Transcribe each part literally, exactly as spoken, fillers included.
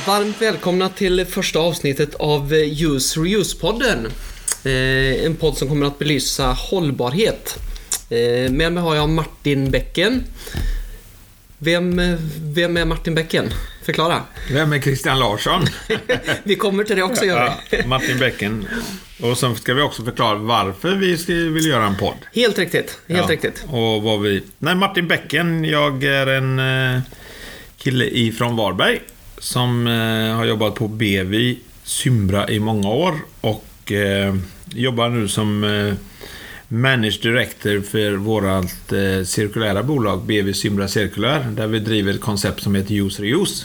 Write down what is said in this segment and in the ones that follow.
Varmt välkomna till första avsnittet av Use Reuse-podden. Eh, en podd som kommer att belysa hållbarhet. Eh, med mig har jag Martin Bäcken. Vem, vem är Martin Bäcken? Förklara. Vem är Christian Larsson? Vi kommer till det också, gör vi. Ja, Martin Bäcken. Och sen ska vi också förklara varför vi ska, vill göra en podd. Helt riktigt, helt ja, riktigt. Och vad vi... Nej, Martin Bäcken, jag är en eh, kille ifrån Varberg som eh, har jobbat på B V Symbra i många år och eh, jobbar nu som eh, Manage Director för vårt eh, cirkulära bolag B V Symbra Cirkulär, där vi driver ett koncept som heter Use Reuse.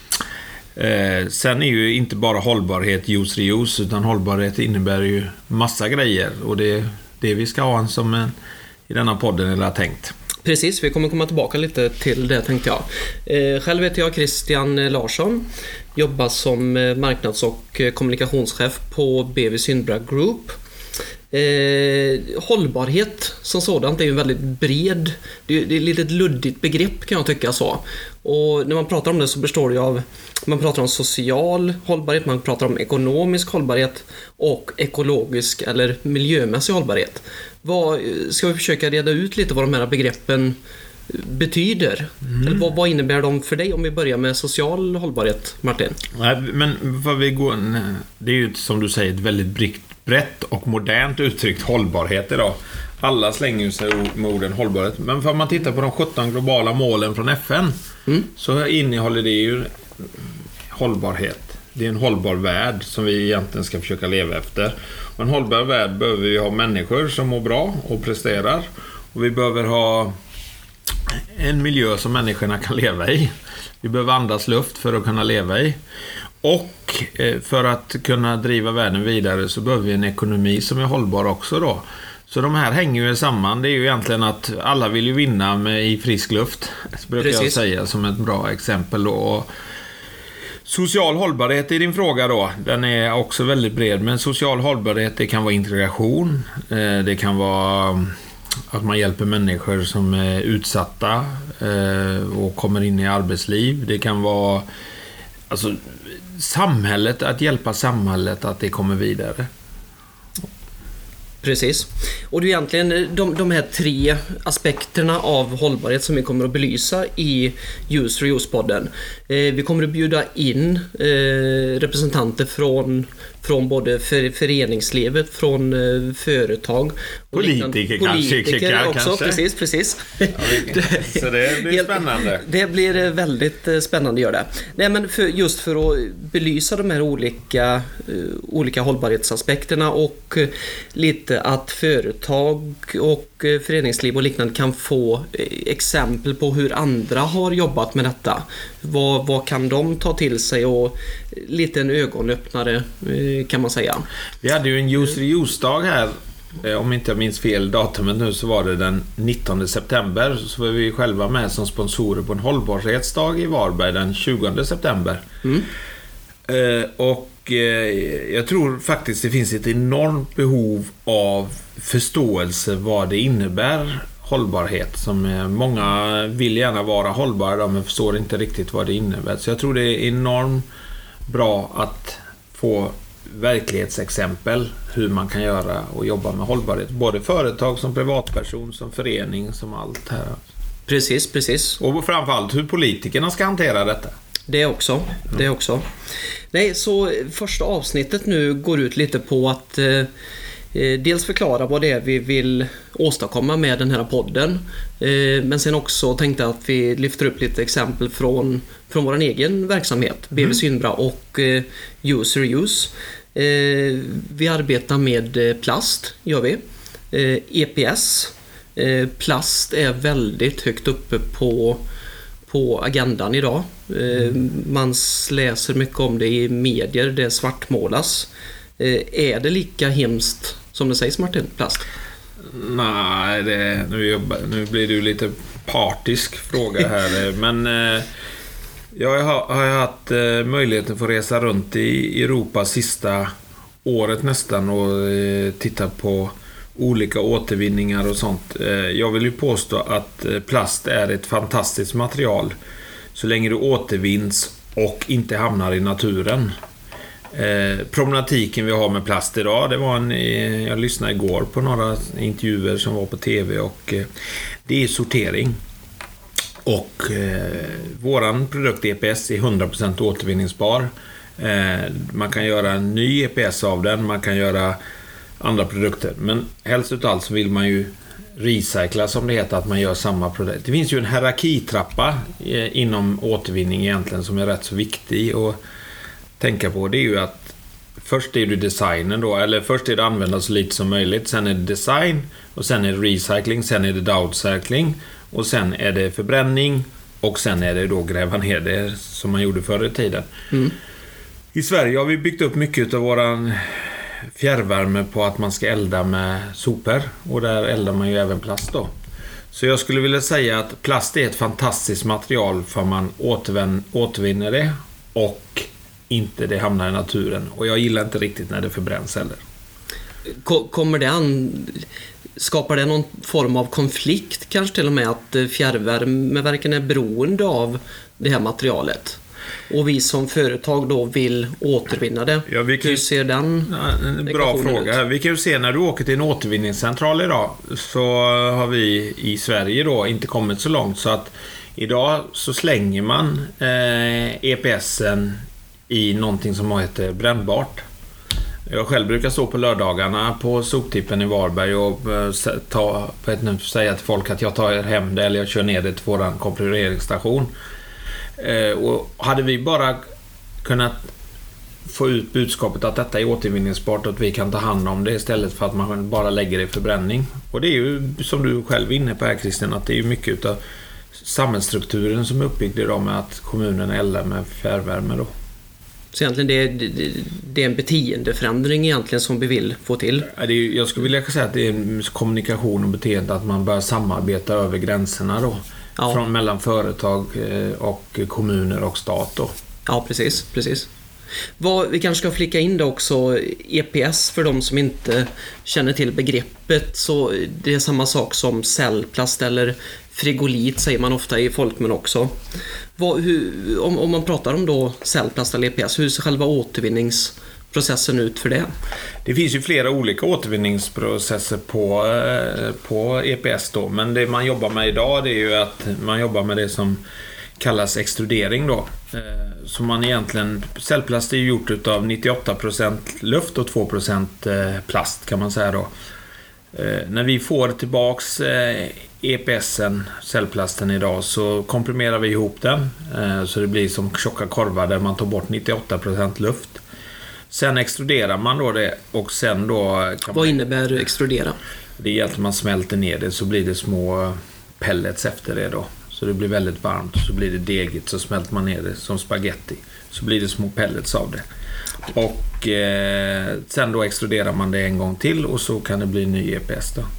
Eh, sen är ju inte bara hållbarhet Use Reuse, utan hållbarhet innebär ju massa grejer, och det är det vi ska ha en som en, i denna podden eller har tänkt. Precis, vi kommer komma tillbaka lite till det, tänkte jag. Eh, själv heter jag Christian Larsson, jobbar som marknads- och kommunikationschef på B V Symbra Group. Eh, hållbarhet som sådant är ju en väldigt bred, det är, det är ett litet luddigt begrepp, kan jag tycka så. Och när man pratar om det så består det av, man pratar om social hållbarhet, man pratar om ekonomisk hållbarhet och ekologisk eller miljömässig hållbarhet. Vad, ska vi försöka reda ut lite vad de här begreppen betyder? Mm. Eller vad, vad innebär de för dig, om vi börjar med social hållbarhet, Martin? Nej, men vad vi går, det är ju som du säger ett väldigt brett och modernt uttryckt hållbarhet idag. Alla slänger sig med orden hållbarhet. Men för man tittar på de sjutton globala målen från F N mm. så innehåller det ju hållbarhet. Det är en hållbar värld som vi egentligen ska försöka leva efter. Och en hållbar värld behöver vi ha människor som mår bra och presterar. Och vi behöver ha en miljö som människorna kan leva i. Vi behöver andas luft för att kunna leva i. Och för att kunna driva världen vidare så behöver vi en ekonomi som är hållbar också då. Så de här hänger ju samman. Det är ju egentligen att alla vill ju vinna med i frisk luft. Det brukar Precis. jag säga som ett bra exempel då. Och social hållbarhet i din fråga då, den är också väldigt bred. Men social hållbarhet, det kan vara integration. Det kan vara att man hjälper människor som är utsatta och kommer in i arbetsliv. Det kan vara alltså samhället, att hjälpa samhället att det kommer vidare. Precis. Och det är egentligen de, de här tre aspekterna av hållbarhet som vi kommer att belysa i Use Reuse-podden. Eh, vi kommer att bjuda in eh, representanter från, från både för, föreningslivet, från eh, företag. Och politiker kanske. Politiker också, kanske. precis, precis. Ja, så det blir spännande. Det blir väldigt spännande, gör det. Nej, men för, just för att belysa de här olika, uh, olika hållbarhetsaspekterna och uh, lite att företag och uh, föreningsliv och liknande kan få uh, exempel på hur andra har jobbat med detta. Vad, vad kan de ta till sig, och uh, lite en ögonöppnare uh, kan man säga. Vi hade ju en Use Reuse-dag här. Om inte jag minns fel datumet nu, så var det den nittonde september. Så var vi själva med som sponsorer på en hållbarhetsdag i Varberg den tjugonde september. Mm. Eh, och eh, jag tror faktiskt det finns ett enormt behov av förståelse vad det innebär hållbarhet. Som eh, många vill gärna vara hållbara men förstår inte riktigt vad det innebär. Så jag tror det är enormt bra att få verklighetsexempel hur man kan göra och jobba med hållbarhet, både företag som privatperson, som förening, som allt här. Precis, precis. Och framförallt hur politikerna ska hantera detta. Det också, det också. Nej, så första avsnittet nu går ut lite på att eh, dels förklara vad det är vi vill åstadkomma med den här podden, eh, men sen också tänkte att vi lyfter upp lite exempel från, från vår egen verksamhet, mm. B V Symbra och eh, Use Reuse. Eh, vi arbetar med plast, gör vi. Eh, E P S. Eh, plast är väldigt högt uppe på, på agendan idag. Eh, mm. Man läser mycket om det i medier, det svartmålas. Eh, är det lika hemskt som det sägs, Martin, plast? Nej, det, nu, jobbar, nu blir det lite partisk fråga här. Men eh, jag har, har haft eh, möjligheten att få resa runt i Europa sista året nästan och eh, titta på olika återvinningar och sånt. Eh, jag vill ju påstå att eh, plast är ett fantastiskt material så länge det återvinns och inte hamnar i naturen. Eh, problematiken vi har med plast idag, det var en, eh, jag lyssnade igår på några intervjuer som var på tv, och eh, det är sortering. Och eh, våran produkt E P S är hundra procent återvinningsbar. Eh, man kan göra en ny E P S av den, man kan göra andra produkter, men helst utav allt så vill man ju recycla, som det heter, att man gör samma produkt. Det finns ju en hierarkitrappa eh, inom återvinning egentligen som är rätt så viktig att tänka på. Det är ju att först är det designen då, eller först är det använda så lite som möjligt, sen är det design, och sen är det recycling, sen är det downcycling, och sen är det förbränning, och sen är det då gräva ner det som man gjorde förr i tiden. Mm. I Sverige har vi byggt upp mycket av våran fjärrvärme på att man ska elda med sopor, och där eldar man ju även plast då. Så jag skulle vilja säga att plast är ett fantastiskt material för man återvin- återvinner det och inte det hamnar i naturen. Och jag gillar inte riktigt när det förbränns heller. Kommer det an, skapar det någon form av konflikt kanske till och med, att fjärrvärmeverken är beroende av det här materialet? Och vi som företag då vill återvinna det. Ja, vi kan, Hur ser den en bra fråga. Ut? Vi kan ju se när du åker till en återvinningscentral idag, så har vi i Sverige då inte kommit så långt, så att idag så slänger man eh, E P S:en i någonting som heter brännbart. Jag själv brukar stå på lördagarna på soptippen i Varberg och ta, vet inte, säga till folk att jag tar hem det eller jag kör ner det till våran komplementeringsstation. Eh, och hade vi bara kunnat få ut budskapet att detta är återvinningsbart och att vi kan ta hand om det istället för att man bara lägger det i förbränning. Och det är ju som du själv är inne på här, Christian, att det är mycket av samhällsstrukturen som är uppbyggd idag med att kommunen eldar med fjärrvärme då. Så egentligen det är, det är en beteendeförändring egentligen som vi vill få till. Det är, jag skulle vilja säga att det är en kommunikation och beteende, att man börjar samarbeta över gränserna då. Ja. Från mellan företag och kommuner och stat då. Ja, precis, precis. Vad, vi kanske ska flicka in det också, E P S för de som inte känner till begreppet, så det är samma sak som cellplast eller frigolit säger man ofta i folkmun också. Vad, hur, om, om man pratar om då cellplast eller E P S, hur ser själva återvinningsprocessen ut för det? Det finns ju flera olika återvinningsprocesser på, på E P S då, men det man jobbar med idag, det är ju att man jobbar med det som kallas extrudering då. Så man egentligen, cellplast är gjort av nittioåtta procent luft och två procent plast kan man säga då. När vi får tillbaks E P S:en, cellplasten idag, så komprimerar vi ihop den så det blir som tjocka korvar där man tar bort nittioåtta procent luft. Sen extruderar man då det, och sen då kan Vad man, innebär extrudera? Det är att man smälter ner det, så blir det små pellets efter det då. Så det blir väldigt varmt, så blir det degigt, så smälter man ner det som spaghetti. Så blir det små pellets av det. Och eh, sen då extruderar man det en gång till, och så kan det bli ny E P S då.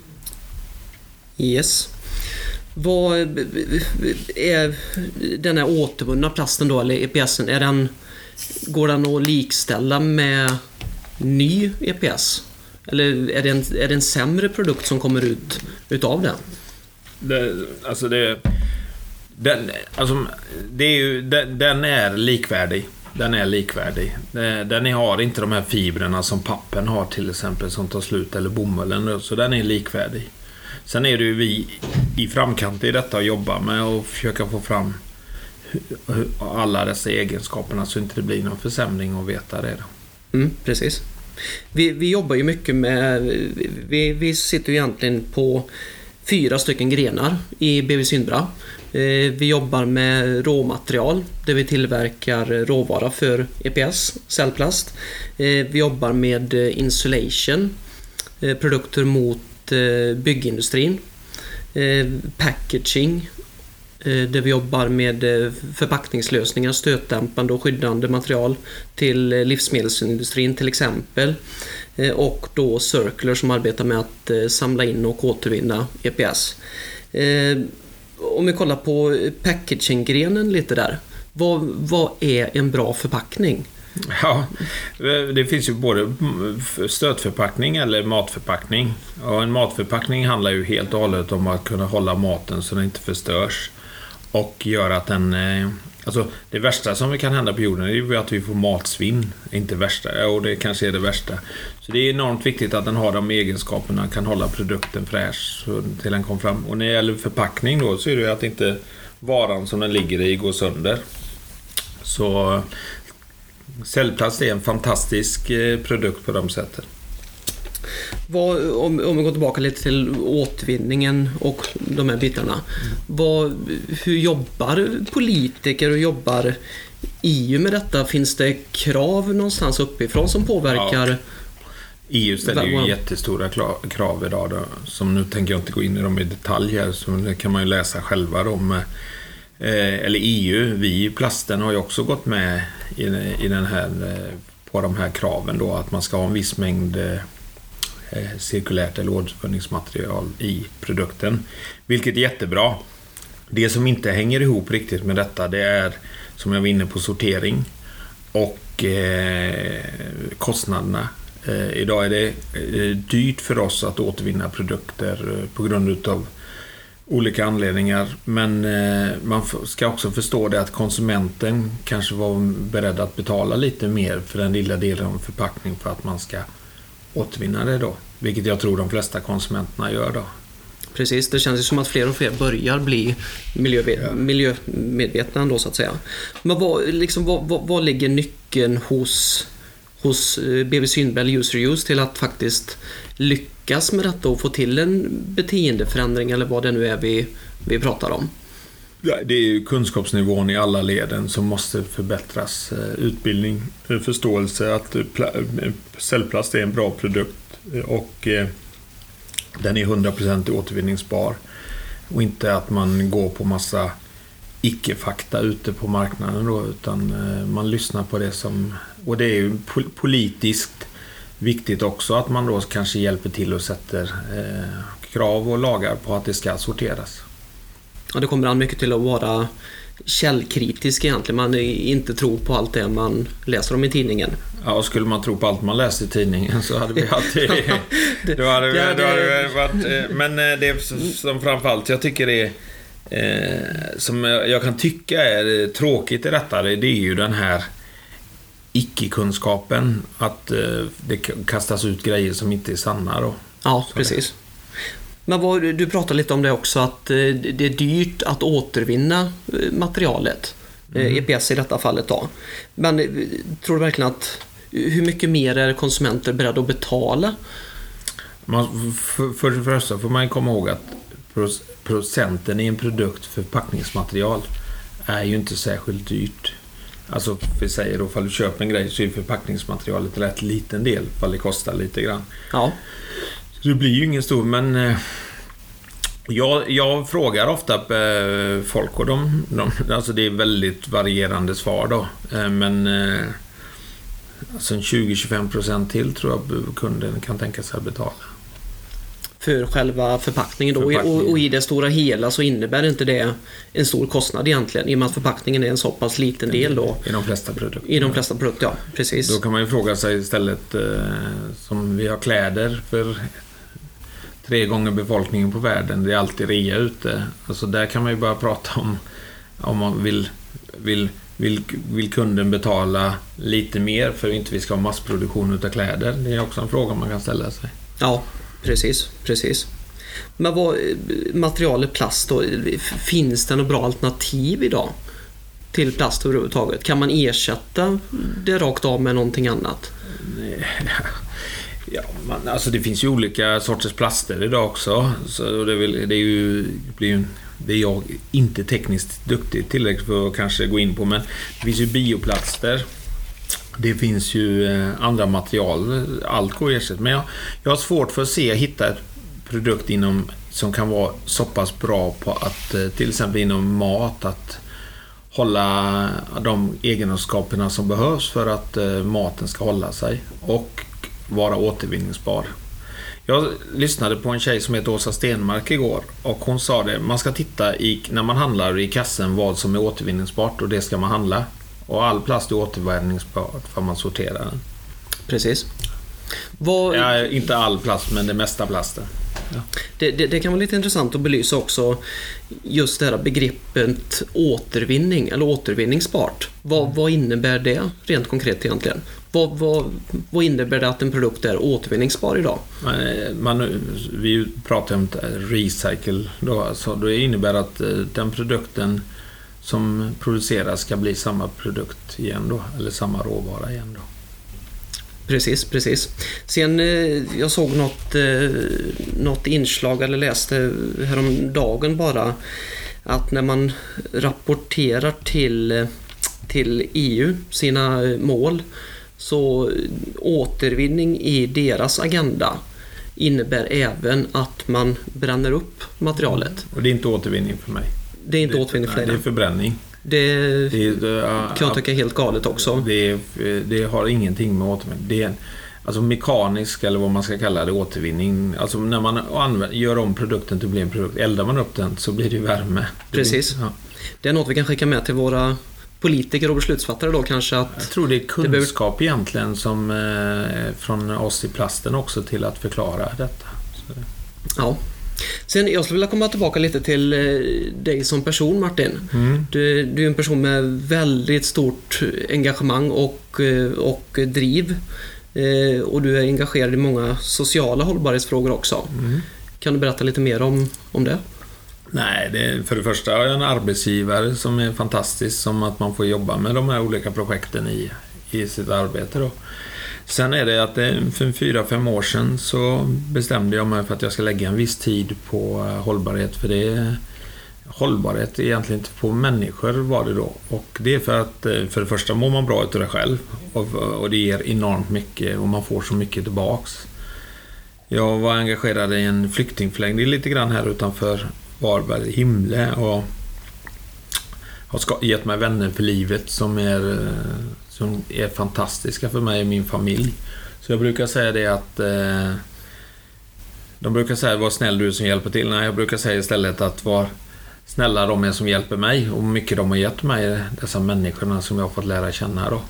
Yes. Vad är den här återvunna plasten då, eller E P S:en, är den, går den att likställa med ny E P S? Eller är det en, är det en sämre produkt som kommer ut utav den? Det, alltså det, den, alltså det är ju, den, den är likvärdig. Den är likvärdig. Den har inte de här fibrerna som pappen har till exempel, som tar slut, eller bomullen, så den är likvärdig. Sen är det ju vi i framkant i detta och jobbar med att försöka få fram alla dessa egenskaperna så inte det blir någon försämring och veta det då. Mm, precis. Vi, vi jobbar ju mycket med, vi, vi sitter ju egentligen på fyra stycken grenar i B V Syndra. Vi jobbar med råmaterial där vi tillverkar råvara för E P S, cellplast. Vi jobbar med insulation, produkter mot byggindustrin. Packaging, där vi jobbar med förpackningslösningar, stötdämpande och skyddande material till livsmedelsindustrin till exempel. Och då Circular som arbetar med att samla in och återvinna E P S. Om vi kollar på packaging-grenen lite där. Vad, vad är en bra förpackning? Ja, det finns ju både stötförpackning eller matförpackning. Och en matförpackning handlar ju helt och hållet om att kunna hålla maten så den inte förstörs och göra att den Alltså det värsta som kan hända på jorden är ju att vi får matsvinn. Inte värsta, och det kanske är det värsta. Så det är enormt viktigt att den har de egenskaperna, kan hålla produkten fräsch till den kommer fram. Och när det gäller förpackning då, så är det ju att inte varan som den ligger i går sönder. Så cellplast är en fantastisk produkt på de sätten. Vad, om, om vi går tillbaka lite till återvinningen och de här bitarna. Mm. Vad, hur jobbar politiker och jobbar E U med detta? Finns det krav någonstans uppifrån som påverkar? Ja. E U ställer ju jättestora krav idag då, som nu tänker jag inte gå in i dem i detalj här, så det kan man ju läsa själva om. Eh, eller E U, vi i plasten har ju också gått med i, i den här, på de här kraven då, att man ska ha en viss mängd eh, cirkulärt eller återvinningsmaterial i produkten, vilket är jättebra. Det som inte hänger ihop riktigt med detta, det är, som jag var inne på, sortering och eh, kostnaderna. Eh, idag är det eh, dyrt för oss att återvinna produkter eh, på grund av olika anledningar, men eh, man ska också förstå det att konsumenten kanske var beredd att betala lite mer för den lilla delen av förpackning för att man ska återvinna det då, vilket jag tror de flesta konsumenterna gör då. Precis, det känns ju som att fler och fler börjar bli miljö, ja. miljömedvetna då, så att säga. Men vad, liksom, vad, vad, vad ligger nyckeln hos, hos B V Sundberg User Use till att faktiskt lyckas med detta och få till en beteendeförändring, eller vad det nu är vi, vi pratar om? Ja, det är ju kunskapsnivån i alla leden som måste förbättras. Utbildning, förståelse att cellplast är en bra produkt och den är hundra procent återvinningsbar, och inte att man går på massa icke-fakta ute på marknaden då, utan man lyssnar på det som, och det är ju politiskt viktigt också att man då kanske hjälper till och sätter eh, krav och lagar på att det ska sorteras. Ja, det kommer an mycket till att vara källkritisk egentligen. Man inte tror på allt det man läser om i tidningen. Ja, och skulle man tro på allt man läser i tidningen så hade vi alltid... det, då hade vi, det, då hade det varit, men det som framförallt jag tycker är... Eh, som jag kan tycka är tråkigt i detta, det är ju den här icke-kunskapen. Att eh, det kastas ut grejer som inte är sanna då. Ja, så precis. Det. Men vad, du pratade lite om det också, att det är dyrt att återvinna materialet, mm. E P S i detta fallet då. Men tror du verkligen att, hur mycket mer är konsumenter beredda att betala? Man, för, för det första får man komma ihåg att procenten i en produkt förpackningsmaterial är ju inte särskilt dyrt. Alltså vi säger då, ifall du köper en grej så är förpackningsmaterialet rätt liten del, ifall det kostar lite grann. Ja. Så det blir ju ingen stor, men eh, jag, jag frågar ofta eh, folk och de, de, alltså det är väldigt varierande svar då, eh, men eh, alltså tjugo till tjugofem procent till tror jag kunden kan tänka sig att betala. För själva förpackningen då, förpackningen. Och, och i det stora hela så innebär inte det en stor kostnad egentligen, i och med att förpackningen är en så pass liten del då. I de flesta produkter. I de flesta produkter, ja, precis. Då kan man ju fråga sig istället, eh, som vi har kläder för tre gånger befolkningen på världen, det är alltid rea ute. Alltså där kan man ju bara prata om, om man vill, vill, vill, vill kunden betala lite mer för att inte vi ska ha massproduktion utav kläder. Det är också en fråga man kan ställa sig. Ja, precis, precis. Men vad, materialet plast då, finns det något bra alternativ idag till plast överhuvudtaget? Kan man ersätta det rakt av med någonting annat? Ja, man, alltså det finns ju olika sorters plaster idag också, så det, vill, det är ju blir ju, det är jag inte tekniskt duktig tillräckligt för att kanske gå in på, men det finns ju bioplaster, det finns ju andra material, allt går ersätt, men jag, jag har svårt för att se hitta ett produkt inom som kan vara så pass bra på att till exempel inom mat att hålla de egenskaperna som behövs för att maten ska hålla sig och vara återvinningsbar. Jag lyssnade på en tjej som heter Åsa Stenmark igår, och hon sa det, man ska titta i, när man handlar i kassen, vad som är återvinningsbart, och det ska man handla. Och all plast är återvinningsbart för man sorterar den. Precis. Vad... Ja, inte all plast, men det mesta plasten. Ja. Det, det, det kan vara lite intressant att belysa också just det här begreppet återvinning eller återvinningsbart. Vad, mm. vad innebär det rent konkret egentligen? Vad, vad, vad innebär det att en produkt är återvinningsbar idag? Man, man, vi pratar om recycle då, alltså det innebär att den produkten som produceras ska bli samma produkt igen då, eller samma råvara igen då. Precis, precis. Sen jag såg något, något inslag eller läste häromdagen bara att när man rapporterar till, till E U sina mål, så återvinning i deras agenda innebär även att man bränner upp materialet. Och det är inte återvinning för mig. Det är inte det, återvinning för nej, dig. Det är förbränning. Det, det, det kan jag tycka är helt galet också. Det, det har ingenting med återvinning. Det är alltså mekanisk eller vad man ska kalla det, återvinning. Alltså när man använder, gör om produkten till att bli en produkt, eldar man upp den så blir det värme. Det Precis. Blir, ja. Det är något vi kan skicka med till våra politiker och beslutsfattare då kanske. Att jag tror det är kunskap det egentligen som eh, från oss i plasten också till att förklara detta. Så. Ja. Sen jag skulle vilja komma tillbaka lite till eh, dig som person, Martin. Mm. Du, du är en person med väldigt stort engagemang och, eh, och driv. Eh, och du är engagerad i många sociala hållbarhetsfrågor också. Mm. Kan du berätta lite mer om, om det? Nej, det är, för det första har jag en arbetsgivare som är fantastisk, som att man får jobba med de här olika projekten i, i sitt arbete då. Sen är det att det, för fyra, fem år sedan så bestämde jag mig för att jag ska lägga en viss tid på hållbarhet, för det är hållbarhet egentligen inte på människor var det då. Och det är för att för det första mår man bra utav det själv och, och det ger enormt mycket och man får så mycket tillbaks. Jag var engagerad i en flyktingförläggning lite grann här utanför Varberg, Himle, och har gett mig vänner för livet som är, som är fantastiska för mig och min familj. Så jag brukar säga det att eh, de brukar säga var snäll du som hjälper till. Nej, jag brukar säga istället att var snälla de är som hjälper mig, och mycket de har gett mig, dessa människorna som jag har fått lära känna då.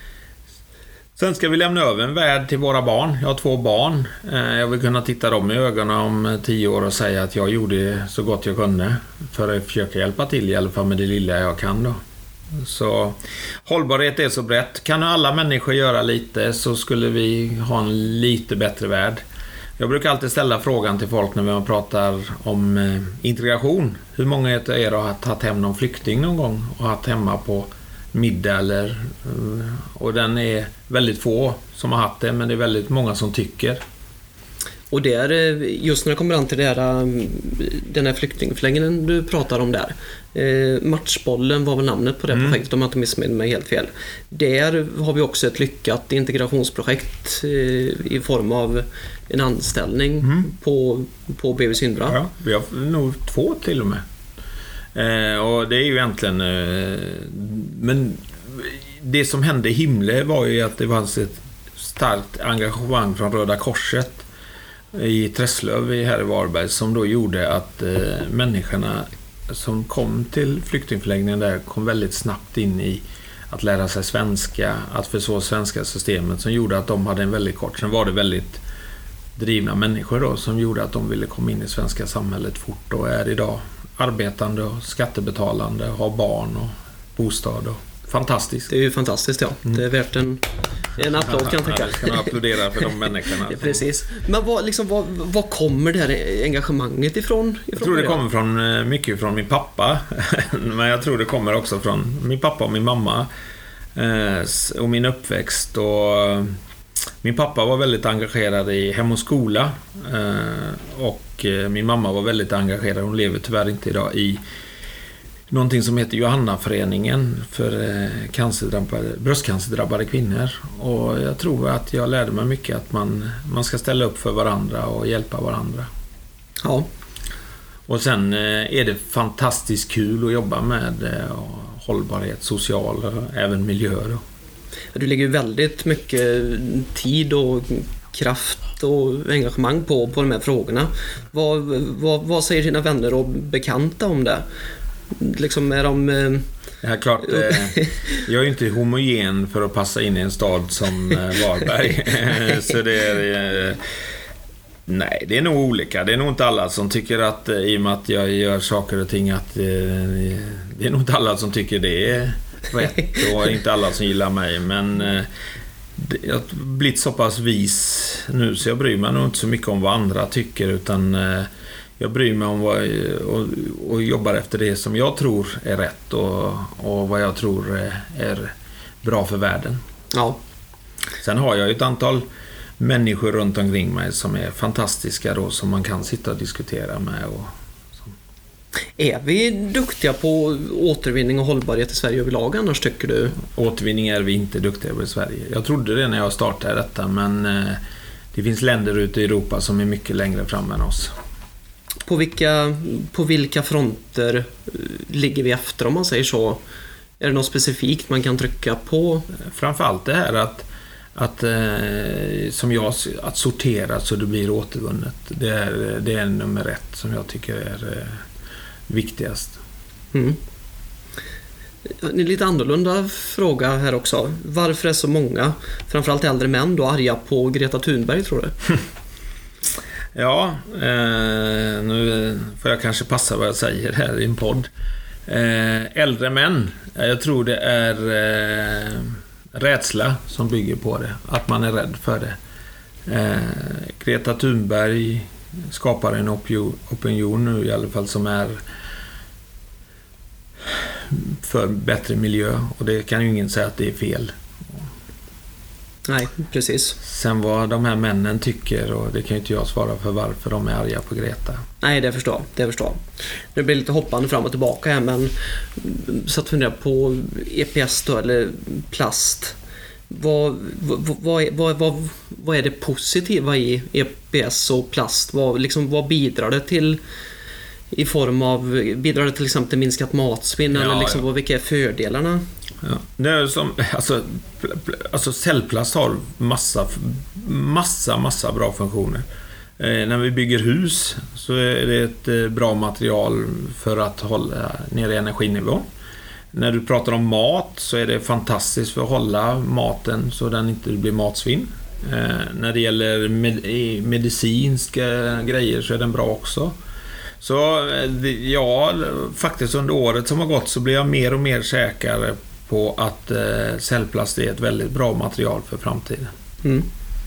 Sen ska vi lämna över en värld till våra barn. Jag har två barn. Jag vill kunna titta dem i ögonen om tio år och säga att jag gjorde så gott jag kunde för att försöka hjälpa till i alla fall med det lilla jag kan då. Så hållbarhet är så brett. Kan alla människor göra lite så skulle vi ha en lite bättre värld. Jag brukar alltid ställa frågan till folk när man pratar om integration. Hur många av er har tagit hem någon flykting någon gång och haft hemma på middag eller, och den är väldigt få som har haft det, men det är väldigt många som tycker. Och det är just när det kommer an till det här, den här flyktingförläggningen du pratar om där. Eh, Matchbollen var väl namnet på det mm. projektet om jag inte missminner mig helt fel. Där har vi också ett lyckat integrationsprojekt eh, i form av en anställning mm. på, på B V Syndra. Ja, vi har nog två till och med. Eh, och det är ju egentligen eh, men det som hände i Himle var ju att det fanns ett starkt engagemang från Röda Korset i Träslöv i här i Varberg som då gjorde att eh, människorna som kom till flyktingförläggningen där kom väldigt snabbt in i att lära sig svenska, att förstå svenska systemet, som gjorde att de hade en väldigt kort. Sen var det väldigt drivna människor då som gjorde att de ville komma in i svenska samhället fort och är idag arbetande och skattebetalande, har barn och bostad. Och fantastiskt. Det är ju fantastiskt, ja. Mm. Det är värt en, en applåd kan jag tänka. Ja, kan applådera för de människorna. Ja, precis. Men vad, liksom, vad, vad kommer det här engagemanget ifrån? ifrån jag tror det kommer från, mycket från min pappa. Men jag tror det kommer också från min pappa och min mamma. Och min uppväxt. Och min pappa var väldigt engagerad i Hem och skola. Och min mamma var väldigt engagerad, hon lever tyvärr inte idag, i någonting som heter Johannaföreningen för cancerdrabbade, bröstcancerdrabbade kvinnor. Och jag tror att jag lärde mig mycket att man, man ska ställa upp för varandra och hjälpa varandra. Ja. Och sen är det fantastiskt kul att jobba med hållbarhet, social och även miljö. Du lägger väldigt mycket tid och kraft och engagemang på, på de här frågorna. Vad, vad, vad säger dina vänner och bekanta om det? Liksom är de... Eh... Ja, klart. Eh, jag är inte homogen för att passa in i en stad som eh, Varberg. Så det är... Eh, Nej, det är nog olika. Det är nog inte alla som tycker att, i och med att jag gör saker och ting, att det är nog inte alla som tycker det är rätt och inte alla som gillar mig. Men jag har blivit så pass vis nu så jag bryr mig nog inte så mycket om vad andra tycker, utan jag bryr mig om vad, och, och jobbar efter det som jag tror är rätt och, och vad jag tror är bra för världen. Ja. Sen har jag ett antal människor runt omkring mig som är fantastiska då, som man kan sitta och diskutera med. Och så. Är vi duktiga på återvinning och hållbarhet i Sverige överlag annars, tycker du? Återvinning är vi inte duktiga på i Sverige. Jag trodde det när jag startade detta, men eh, det finns länder ute i Europa som är mycket längre fram än oss. På vilka, på vilka fronter ligger vi efter, om man säger så? Är det något specifikt man kan trycka på? Framförallt det här att Att, eh, som jag, att sortera så det blir återvunnet. Det är, det är nummer ett som jag tycker är eh, viktigast. Mm. En lite annorlunda fråga här också. Varför är så många, framförallt äldre män, då arga på Greta Thunberg, tror du? Ja, eh, nu får jag kanske passa vad jag säger här i en podd. Eh, äldre män, jag tror det är... Eh, rädsla som bygger på det, att man är rädd för det. eh, Greta Thunberg skapar en opinion, opinion nu i alla fall som är för bättre miljö, och det kan ju ingen säga att det är fel. Nej, precis. Sen vad de här männen tycker, och det kan ju inte jag svara för varför de är arga på Greta. Nej, det förstår det förstår. Det blir lite hoppande fram och tillbaka här, men så att fundera på E P S då, eller plast. Vad, vad, vad, vad, vad, vad är det positiva i E P S och plast? Vad, liksom, vad bidrar det till i form av, bidrar det till exempel till minskat matsvinn, ja, eller liksom, ja. vad, vilka är fördelarna? Ja. Det är som, alltså, alltså cellplast har massa, massa, massa bra funktioner. Eh, när vi bygger hus så är det ett eh, bra material för att hålla nere energinivån. När du pratar om mat så är det fantastiskt för att hålla maten så den inte blir matsvinn. Eh, när det gäller med, medicinska grejer så är den bra också. Så ja, faktiskt under året som har gått så blir jag mer och mer säker på att eh, cellplast är ett väldigt bra material för framtiden. Mm.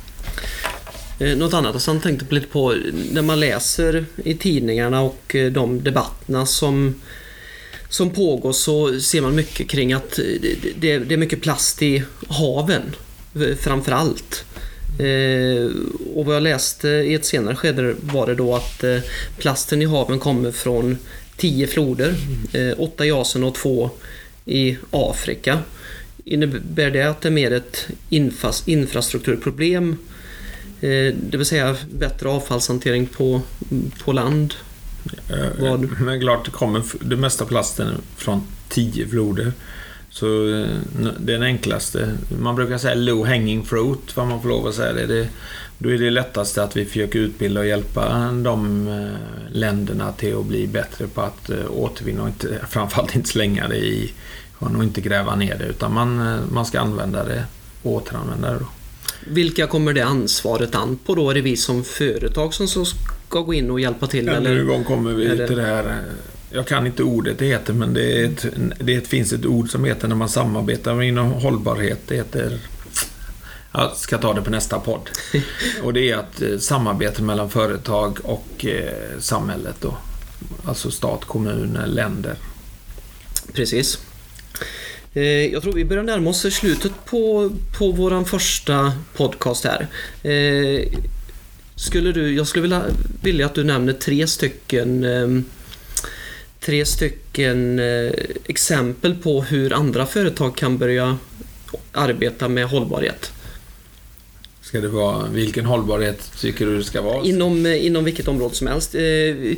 Eh, något annat som jag tänkte på lite på, när man läser i tidningarna och eh, de debatterna som, som pågår, så ser man mycket kring att det, det, det är mycket plast i haven framförallt. Eh, och vad jag läste i ett senare skede var det då att eh, plasten i haven kommer från tio floder, eh, åtta i Asien och två i Afrika. Innebär det att det är mer ett infas, infrastrukturproblem, eh, det vill säga bättre avfallshantering på, på land? Vad? Men klart, det kommer det mesta plasten från tio floder. Så det är den enklaste. Man brukar säga low hanging fruit, vad man får lov att säga det. det då är det lättaste att vi försöker utbilda och hjälpa de länderna till att bli bättre på att återvinna och inte, framförallt inte slänga det i och inte gräva ner det, utan man, man ska använda det och återanvända det då. Vilka kommer det ansvaret an på då? Är det vi som företag som så ska gå in och hjälpa till? Ja, eller? Nu gång kommer vi det... till det här. Jag kan inte ordet det heter, men det, är ett, det finns ett ord som heter när man samarbetar inom hållbarhet. Det heter, jag ska ta det på nästa podd. Och det är att eh, samarbete mellan företag och eh, samhället då. Alltså stat, kommun, länder. Precis. Eh, jag tror vi börjar närma oss slutet på, på våran första podcast här. Eh, skulle du, jag skulle vilja, vilja att du nämner tre stycken eh, tre stycken eh, exempel på hur andra företag kan börja arbeta med hållbarhet. Ska det vara, vilken hållbarhet tycker du det ska vara? Inom, inom vilket område som helst. Eh,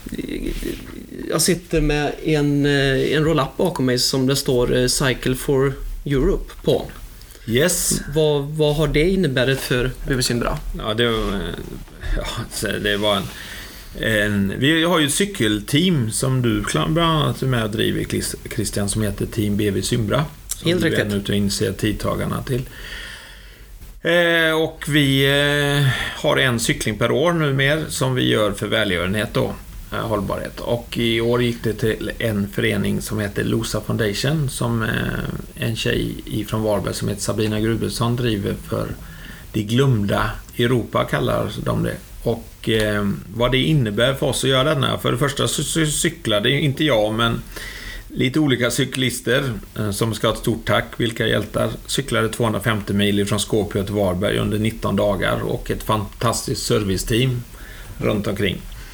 jag sitter med en, en roll-up bakom mig som det står Cycle for Europe på. Yes. Vad, vad har det inneburit för B V Symbra? Ja, det, ja, det var en En, vi har ju ett cykelteam som du bland annat är med och driver, Christian, som heter Team B V Symbra. Helt riktigt. Som du är en av initiativtagarna till. Eh, och vi eh, har en cykling per år nu mer som vi gör för välgörenhet då, eh, hållbarhet. Och i år gick det till en förening som heter Losa Foundation som eh, en tjej ifrån Varberg som heter Sabina Grubelsson driver för det glömda Europa kallar de det. Och eh, vad det innebär för oss att göra denna, för det första så cyklade inte jag men lite olika cyklister eh, som ska ha ett stort tack, vilka hjältar, cyklade tvåhundrafemtio mil från Skåpio till Varberg under nitton dagar och ett fantastiskt serviceteam runt omkring.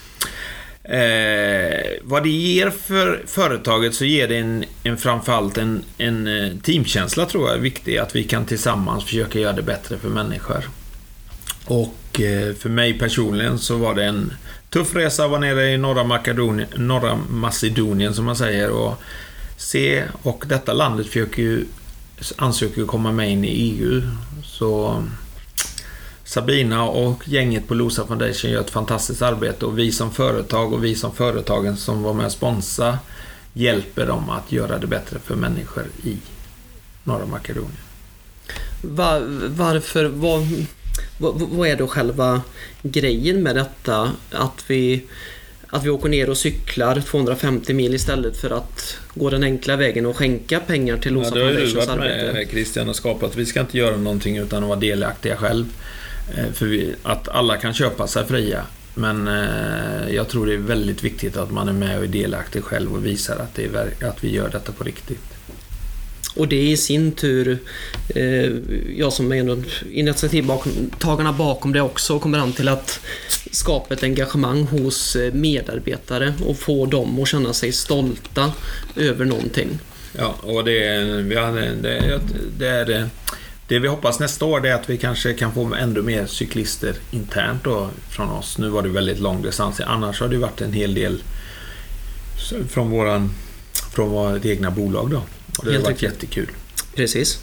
Eh, vad det ger för företaget så ger det en, en framförallt en, en teamkänsla tror jag är viktig, att vi kan tillsammans försöka göra det bättre för människor. Och eh, för mig personligen så var det en tuff resa att vara nere i norra Makedonien, norra Macedonien som man säger och se, och detta landet försöker ju ansöker ju komma med in i E U, så Sabina och gänget på Losa Foundation gör ett fantastiskt arbete och vi som företag och vi som företagen som var med och sponsra hjälper dem att göra det bättre för människor i norra Makedonien. Var, varför, vad, vad, vad är då själva grejen med detta att vi, att vi åker ner och cyklar tvåhundrafemtio mil istället för att gå den enkla vägen och skänka pengar till Losa ja, Foundations arbete? arbete? Med Christian och skapat. Vi ska inte göra någonting utan att vara delaktiga själv. För vi, att alla kan köpa sig fria. Men eh, jag tror det är väldigt viktigt att man är med och är delaktig själv och visar att, det är, att vi gör detta på riktigt. Och det är i sin tur eh, jag som är en av initiativtagarna bakom det också kommer an till att skapa ett engagemang hos medarbetare och få dem att känna sig stolta över någonting. Ja, och det är, vi hade, det, det är det. Det vi hoppas nästa år är att vi kanske kan få ändå mer cyklister internt då från oss. Nu var det väldigt lång distans. Annars har det varit en hel del från våran från vårt egna bolag då. Och det har varit jättekul. Precis.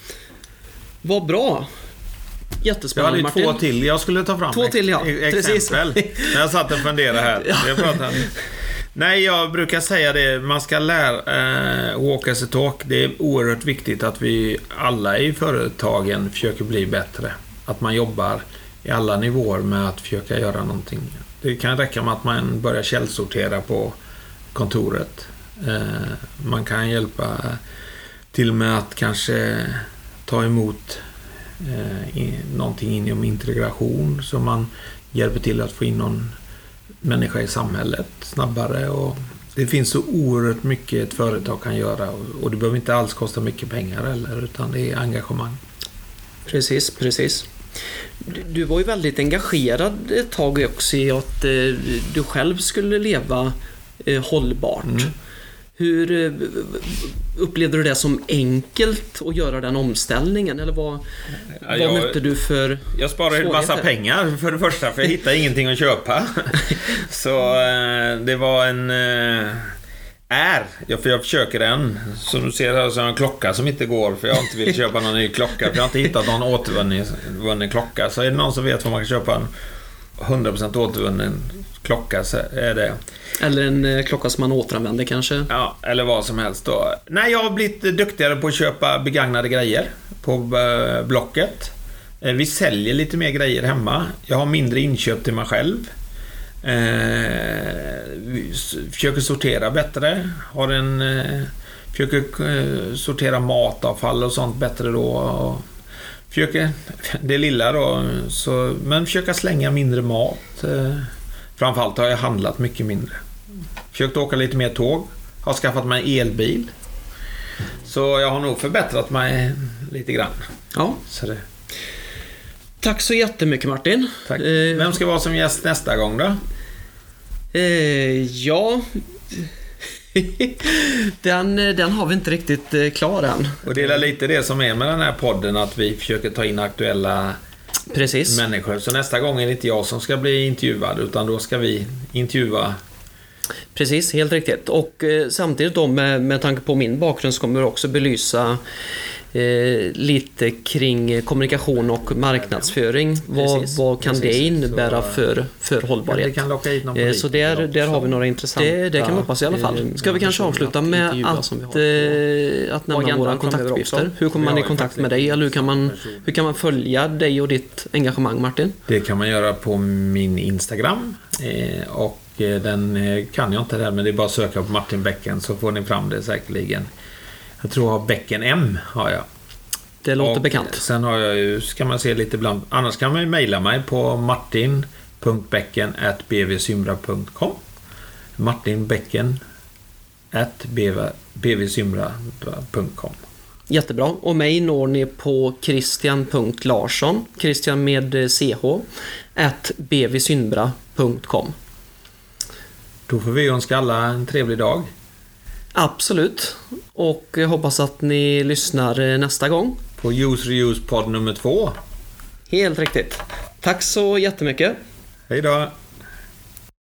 Vad bra. Jättespännande, jag hade Martin. två till. Jag skulle ta fram två till, ja. exempel. När jag satt och funderade här. Ja. Jag pratade. Nej, jag brukar säga det. Man ska lära äh, walk as a talk. Det är oerhört viktigt att vi alla i företagen försöker bli bättre. Att man jobbar i alla nivåer med att försöka göra någonting. Det kan räcka med att man börjar källsortera på kontoret. Äh, man kan hjälpa till med att kanske ta emot äh, in, någonting inom integration. Så man hjälper till att få in någon människa i samhället snabbare, och det finns så oerhört mycket ett företag kan göra, och det behöver inte alls kosta mycket pengar eller, utan det är engagemang. Precis, precis. Du, du var ju väldigt engagerad ett tag också i att eh, du själv skulle leva eh, hållbart. Mm. Hur eh, upplevde du det som enkelt att göra den omställningen? Eller vad, ja, vad jag, mötte du för Jag sparade en massa pengar för det första, för jag hittade ingenting att köpa. Så eh, det var en... Eh, är, ja, för jag försöker den. Så du ser här så en klocka som inte går, för jag inte vill köpa någon ny klocka. För jag har inte hittat någon återvunnen klocka. Så är det någon som vet vad man kan köpa en hundra procent återvunnen klocka, så är det. Eller en eh, klocka som man återanvänder kanske. Ja, eller vad som helst då. Nej, jag har blivit duktigare på att köpa begagnade grejer på eh, Blocket. Eh, vi säljer lite mer grejer hemma. Jag har mindre inköp till mig själv. Eh, vi försöker sortera bättre. Har en eh, försöker eh, sortera matavfall och sånt bättre då. Och försöker det lilla då, så, men försöka slänga mindre mat. Eh, framförallt har jag handlat mycket mindre. Försökt åka lite mer tåg. Har skaffat mig elbil. Så jag har nog förbättrat mig lite grann. Ja. Så det. Tack så jättemycket, Martin. Tack. Vem ska vara som gäst nästa gång då? Eh, ja... den, den har vi inte riktigt klar än. Och det är lite det som är med den här podden, att vi försöker ta in aktuella Precis. människor. Så nästa gång är det inte jag som ska bli intervjuad, utan då ska vi intervjua. Precis, helt riktigt. Och eh, samtidigt då med, med tanke på min bakgrund så kommer vi också belysa eh, lite kring kommunikation och marknadsföring. Vad, Precis, vad kan precis. det innebära Så, för, för hållbarhet? Det kan locka hit någon Eh, så där, politiker där har vi också. några intressanta... Det, det kan vi hoppas i alla fall. Ska vi kanske avsluta med att, eh, att nämna våra kontaktuppgifter? Hur kommer man i kontakt med dig? Eller hur kan man, hur kan man följa dig och ditt engagemang, Martin? Det kan man göra på min Instagram. Eh, och eh, den eh, kan jag inte där, men det är bara att söka på Martin Bäcken så får ni fram det säkerligen. Jag tror jag har Bäcken M har jag. Det låter och bekant. Sen har jag ju, ska man se lite ibland. Annars kan man ju mejla mig på martin punkt bäcken at b v symbra punkt com. Martin Bäcken at b v symbra punkt com. Jättebra. Och mig når ni på christian punkt larsson, Christian med ch, at b v symbra punkt com. Då får vi önska alla en trevlig dag. Absolut. Och jag hoppas att ni lyssnar nästa gång. På Use Reuse podd nummer två. Helt riktigt. Tack så jättemycket. Hej då!